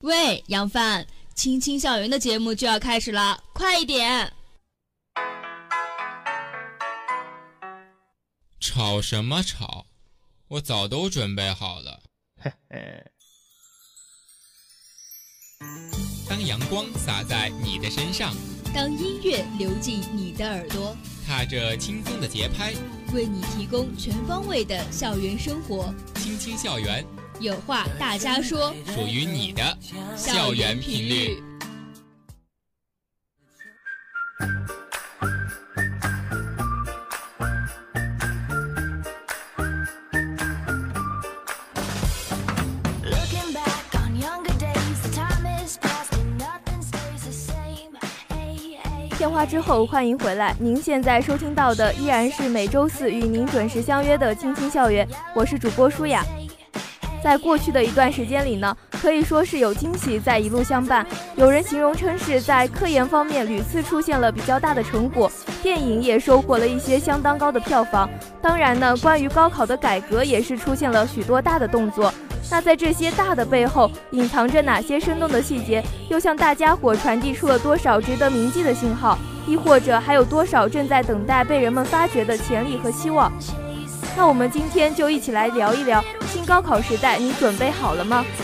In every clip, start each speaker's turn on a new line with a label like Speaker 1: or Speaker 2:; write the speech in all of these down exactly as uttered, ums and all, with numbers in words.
Speaker 1: 喂，杨帆，青青校园的节目就要开始了，快一点！
Speaker 2: 吵什么吵？我早都准备好了。嘿嘿。当阳光洒在你的身上，
Speaker 1: 当音乐流进你的耳朵，
Speaker 2: 踏着轻松的节拍，
Speaker 1: 为你提供全方位的校园生活。
Speaker 2: 青青校园，
Speaker 1: 有话大家说，
Speaker 2: 属于你的校园频率。
Speaker 3: 片花之后，欢迎回来。您现在收听到的依然是每周四与您准时相约的青青校园，我是主播舒雅。在过去的一段时间里呢，可以说是有惊喜在一路相伴。有人形容称是在科研方面屡次出现了比较大的成果，电影也收获了一些相当高的票房。当然呢，关于高考的改革也是出现了许多大的动作。那在这些大的背后，隐藏着哪些生动的细节？又向大家伙传递出了多少值得铭记的信号？亦或者还有多少正在等待被人们发掘的潜力和希望？那我们今天就一起来聊一聊新高考时代，你准备好了吗？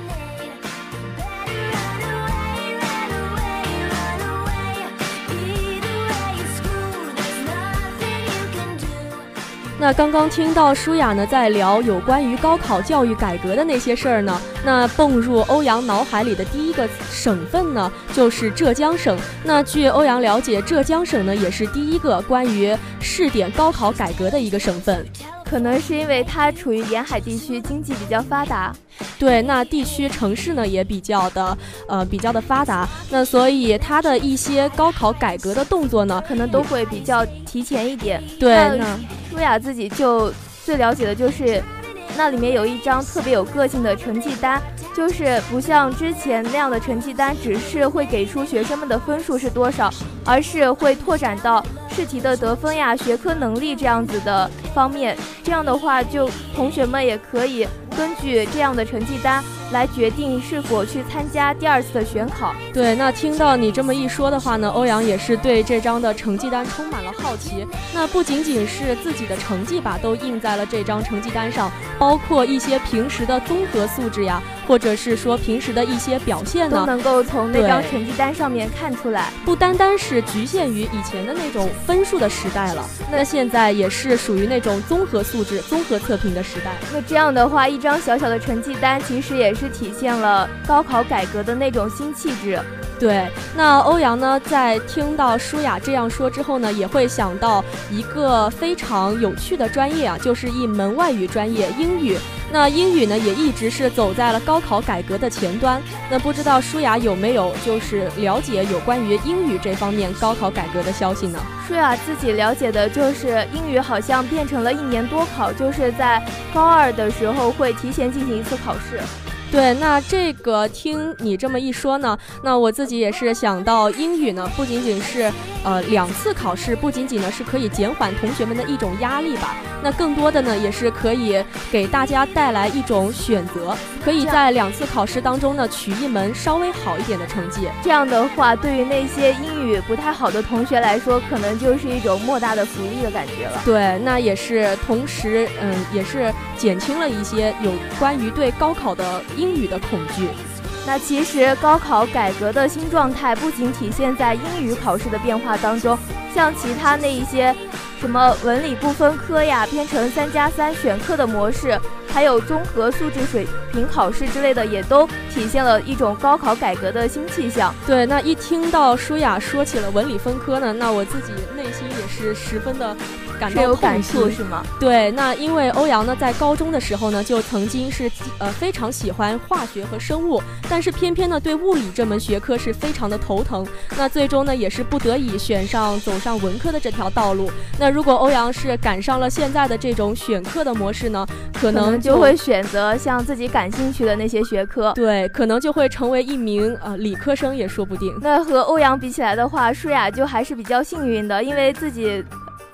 Speaker 4: 那刚刚听到舒雅呢在聊有关于高考教育改革的那些事儿呢，那蹦入欧阳脑海里的第一个省份呢就是浙江省。那据欧阳了解，浙江省呢也是第一个关于试点高考改革的一个省份。
Speaker 3: 可能是因为它处于沿海地区，经济比较发达。
Speaker 4: 对，那地区城市呢也比较的呃比较的发达，那所以它的一些高考改革的动作呢，
Speaker 3: 可能都会比较提前一点。
Speaker 4: 对，那
Speaker 3: 舒雅自己就最了解的就是那里面有一张特别有个性的成绩单，就是不像之前那样的成绩单只是会给出学生们的分数是多少，而是会拓展到试题的得分呀、学科能力这样子的方面。这样的话，就同学们也可以根据这样的成绩单来决定是否去参加第二次的选考。
Speaker 4: 对，那听到你这么一说的话呢，欧阳也是对这张的成绩单充满了好奇。那不仅仅是自己的成绩吧，都印在了这张成绩单上，包括一些平时的综合素质呀，或者是说平时的一些表现呢，
Speaker 3: 都能够从那张成绩单上面看出来。
Speaker 4: 不单单是局限于以前的那种分数的时代了，那现在也是属于那种综合素质、综合测评的时代。
Speaker 3: 那这样的话，一张小小的成绩单其实也是体现了高考改革的那种新气质。
Speaker 4: 对，那欧阳呢在听到舒雅这样说之后呢，也会想到一个非常有趣的专业啊，就是一门外语专业英语。那英语呢也一直是走在了高考改革的前端。那不知道舒雅有没有就是了解有关于英语这方面高考改革的消息呢？
Speaker 3: 舒雅自己了解的就是英语好像变成了一年多考，就是在高二的时候会提前进行一次考试。
Speaker 4: 对，那这个听你这么一说呢，那我自己也是想到英语呢，不仅仅是呃两次考试，不仅仅呢是可以减缓同学们的一种压力吧，那更多的呢也是可以给大家带来一种选择，可以在两次考试当中呢取一门稍微好一点的成绩。
Speaker 3: 这样的话，对于那些英语不太好的同学来说，可能就是一种莫大的福利的感觉了。
Speaker 4: 对，那也是同时嗯也是减轻了一些有关于对高考的英语的恐惧。
Speaker 3: 那其实高考改革的新状态不仅体现在英语考试的变化当中，像其他那一些什么文理不分科呀，编成三加三选课的模式，还有综合素质水平考试之类的，也都体现了一种高考改革的新气象。
Speaker 4: 对，那一听到舒雅说起了文理分科呢，那我自己内心也是十分的感到
Speaker 3: 有感触，是吗？
Speaker 4: 对，那因为欧阳呢在高中的时候呢就曾经是呃非常喜欢化学和生物，但是偏偏呢对物理这门学科是非常的头疼，那最终呢也是不得已选上走上文科的这条道路。那如果欧阳是赶上了现在的这种选课的模式呢，可能 就,
Speaker 3: 可能就会选择像自己感兴趣的那些学科。
Speaker 4: 对，可能就会成为一名呃理科生也说不定。
Speaker 3: 那和欧阳比起来的话，舒雅就还是比较幸运的，因为自己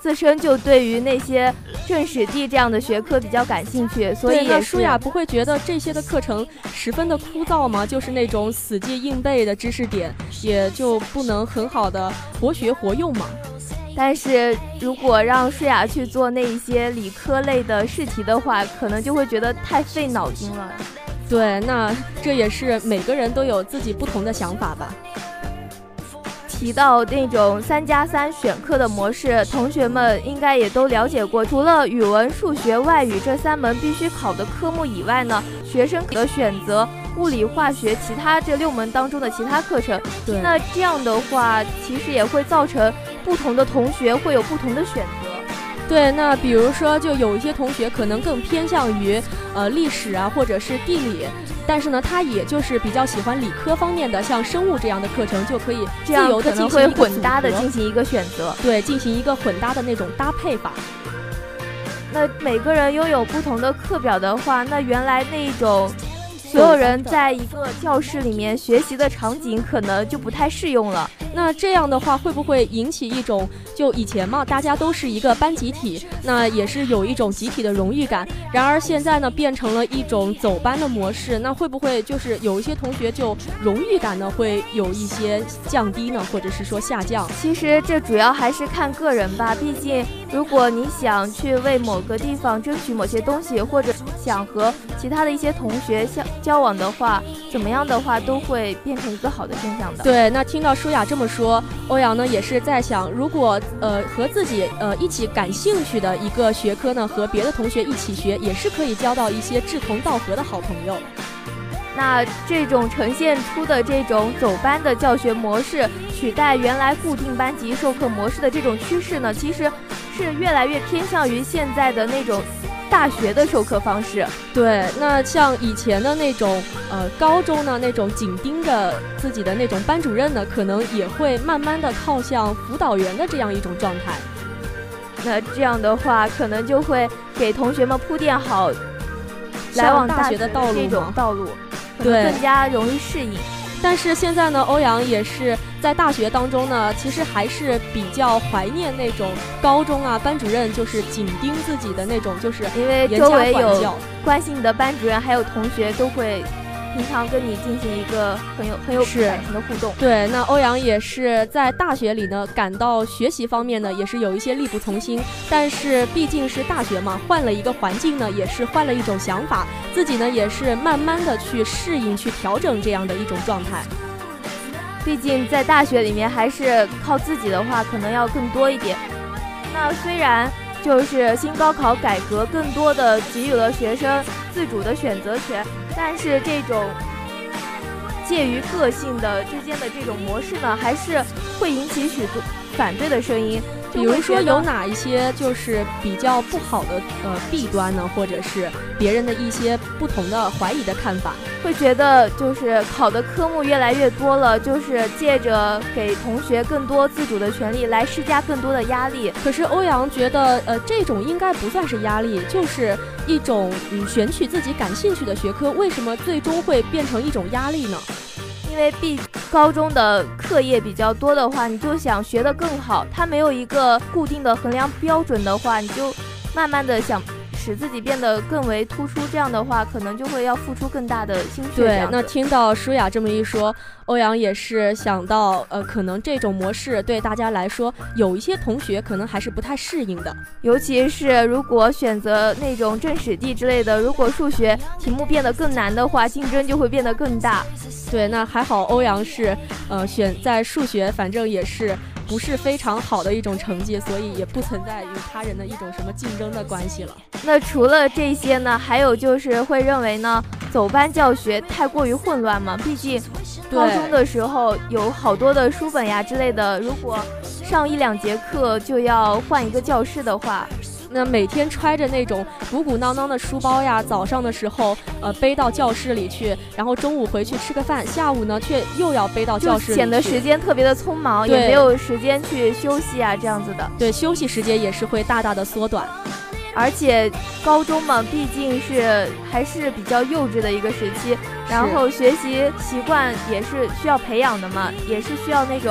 Speaker 3: 自身就对于那些政史地这样的学科比较感兴趣，所以也
Speaker 4: 舒雅不会觉得这些的课程十分的枯燥吗？就是那种死记硬背的知识点，也就不能很好的活学活用嘛。
Speaker 3: 但是如果让舒雅去做那一些理科类的试题的话，可能就会觉得太费脑筋了。
Speaker 4: 对，那这也是每个人都有自己不同的想法吧。
Speaker 3: 提到那种三加三选课的模式，同学们应该也都了解过。除了语文、数学、外语这三门必须考的科目以外呢，学生可选择物理、化学其他这六门当中的其他课程。
Speaker 4: 对，
Speaker 3: 那这样的话，其实也会造成不同的同学会有不同的选择。
Speaker 4: 对，那比如说，就有一些同学可能更偏向于呃历史啊，或者是地理，但是呢，他也就是比较喜欢理科方面的，像生物这样的课程，就可以自由的进行一个
Speaker 3: 混搭的进行一个选择。
Speaker 4: 对，进行一个混搭的那种搭配法。
Speaker 3: 那每个人拥有不同的课表的话，那原来那种所有人在一个教室里面学习的场景可能就不太适用了。
Speaker 4: 那这样的话会不会引起一种，就以前嘛，大家都是一个班集体，那也是有一种集体的荣誉感，然而现在呢变成了一种走班的模式，那会不会就是有一些同学就荣誉感呢会有一些降低呢，或者是说下降？
Speaker 3: 其实这主要还是看个人吧，毕竟如果你想去为某个地方争取某些东西，或者想和其他的一些同学相交往的话，怎么样的话都会变成一个好的现象的。
Speaker 4: 对，那听到舒雅这么说，欧阳呢也是在想，如果呃和自己呃一起感兴趣的一个学科呢，和别的同学一起学，也是可以交到一些志同道合的好朋友。
Speaker 3: 那这种呈现出的这种走班的教学模式，取代原来固定班级授课模式的这种趋势呢，其实是越来越偏向于现在的那种大学的授课方式。
Speaker 4: 对，那像以前的那种呃高中呢，那种紧盯着自己的那种班主任呢，可能也会慢慢的靠向辅导员的这样一种状态。
Speaker 3: 那这样的话，可能就会给同学们铺垫好来往大学的道路，这种道路可能更加容易适应。
Speaker 4: 但是现在呢，欧阳也是在大学当中呢，其实还是比较怀念那种高中啊班主任就是紧盯自己的那种，就是
Speaker 3: 因为周围有关心你的班主任还有同学都会平常跟你进行一个很有很有感情的互动。
Speaker 4: 对，那欧阳也是在大学里呢，感到学习方面呢也是有一些力不从心，但是毕竟是大学嘛，换了一个环境呢，也是换了一种想法，自己呢也是慢慢的去适应、去调整这样的一种状态。
Speaker 3: 毕竟在大学里面还是靠自己的话，可能要更多一点。那虽然就是新高考改革更多的给予了学生自主的选择权，但是这种介于个性的之间的这种模式呢，还是会引起许多反对的声音。
Speaker 4: 比如说有哪一些就是比较不好的呃弊端呢，或者是别人的一些不同的怀疑的看法？
Speaker 3: 会觉得就是考的科目越来越多了，就是借着给同学更多自主的权利来施加更多的压力。
Speaker 4: 可是欧阳觉得呃这种应该不算是压力，就是一种嗯选取自己感兴趣的学科，为什么最终会变成一种压力呢？
Speaker 3: 因为毕高中的课业比较多的话，你就想学得更好，它没有一个固定的衡量标准的话，你就慢慢的想使自己变得更为突出，这样的话可能就会要付出更大的心血。
Speaker 4: 对，那听到舒雅这么一说，欧阳也是想到呃可能这种模式对大家来说，有一些同学可能还是不太适应的，
Speaker 3: 尤其是如果选择那种政史地之类的，如果数学题目变得更难的话，竞争就会变得更大。
Speaker 4: 对，那还好欧阳是呃选在数学反正也是不是非常好的一种成绩，所以也不存在与他人的一种什么竞争的关系了。
Speaker 3: 那除了这些呢，还有就是会认为呢走班教学太过于混乱嘛，毕竟高中的时候有好多的书本呀之类的，如果上一两节课就要换一个教室的话，
Speaker 4: 那每天揣着那种鼓鼓囊囊的书包呀，早上的时候呃背到教室里去，然后中午回去吃个饭，下午呢却又要背到教室里去，
Speaker 3: 显得时间特别的匆忙，也没有时间去休息啊这样子的。
Speaker 4: 对，休息时间也是会大大的缩短。
Speaker 3: 而且高中嘛，毕竟是还是比较幼稚的一个时期，然后学习习惯也是需要培养的嘛，也是需要那种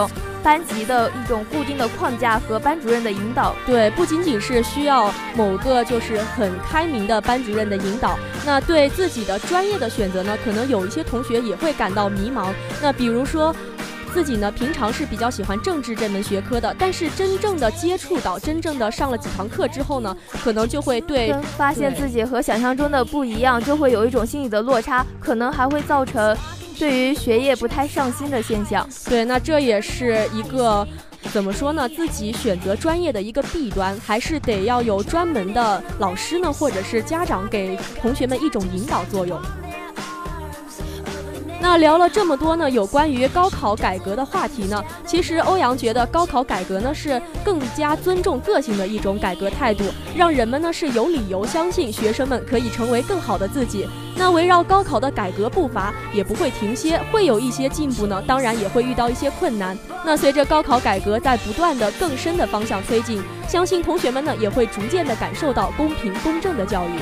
Speaker 3: 班级的一种固定的框架和班主任的引导。
Speaker 4: 对，不仅仅是需要某个就是很开明的班主任的引导，那对自己的专业的选择呢，可能有一些同学也会感到迷茫。那比如说自己呢平常是比较喜欢政治这门学科的，但是真正的接触到真正的上了几堂课之后呢，可能就会对
Speaker 3: 发现自己和想象中的不一样，就会有一种心理的落差，可能还会造成对于学业不太上心的现象。
Speaker 4: 对，那这也是一个怎么说呢，自己选择专业的一个弊端，还是得要有专门的老师呢，或者是家长给同学们一种引导作用。那聊了这么多呢，有关于高考改革的话题呢，其实欧阳觉得高考改革呢是更加尊重个性的一种改革态度，让人们呢是有理由相信学生们可以成为更好的自己。那围绕高考的改革步伐也不会停歇，会有一些进步呢，当然也会遇到一些困难。那随着高考改革在不断的更深的方向推进，相信同学们呢也会逐渐的感受到公平公正的教育。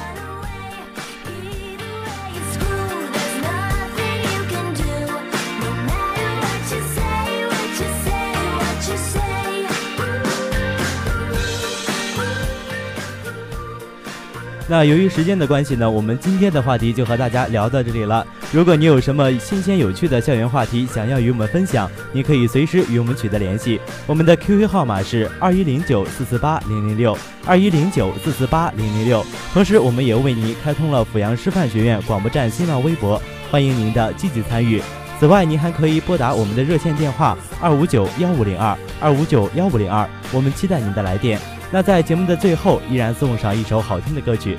Speaker 5: 那由于时间的关系呢，我们今天的话题就和大家聊到这里了。如果你有什么新鲜有趣的校园话题想要与我们分享，你可以随时与我们取得联系。我们的 Q Q 号码是二一零九四四八零零六 二一零九四四八零零六。同时我们也为您开通了阜阳师范学院广播站新浪微博，欢迎您的积极参与。此外，您还可以拨打我们的热线电话二五九幺五零二 二五九幺五零二，我们期待您的来电。那在节目的最后，依然送上一首好听的歌曲。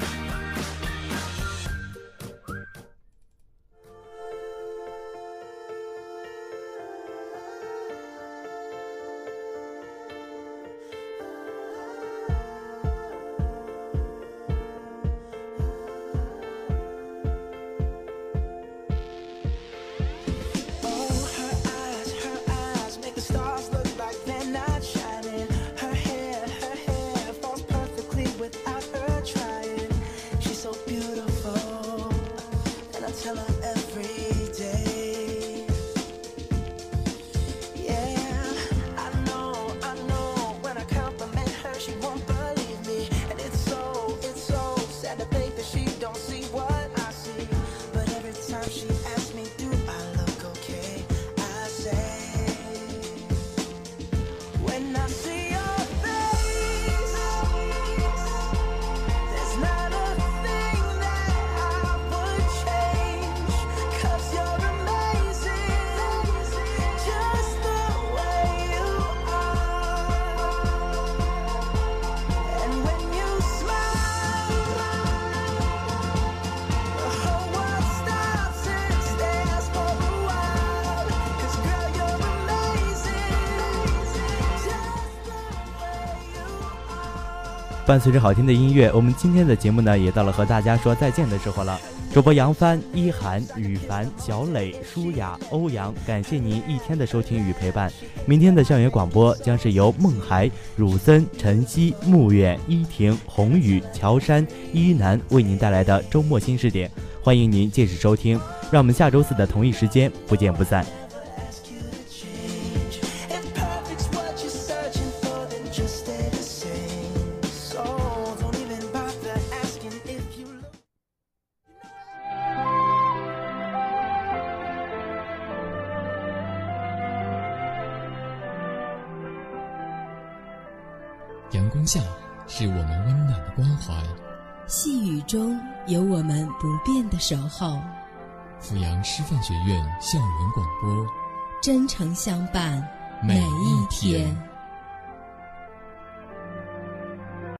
Speaker 5: 伴随着好听的音乐，我们今天的节目呢也到了和大家说再见的时候了。主播杨帆、一涵、羽凡、小磊、舒雅、欧阳，感谢您一天的收听与陪伴。明天的校园广播将是由孟海、汝森、晨曦、穆远、依婷、宏宇、乔山、一楠为您带来的周末新视点，欢迎您届时收听。让我们下周四的同一时间不见不散。
Speaker 6: 阳光下是我们温暖的关怀，
Speaker 7: 细雨中有我们不变的守候。
Speaker 6: 阜阳师范学院校园广播，
Speaker 7: 真诚相伴每一天。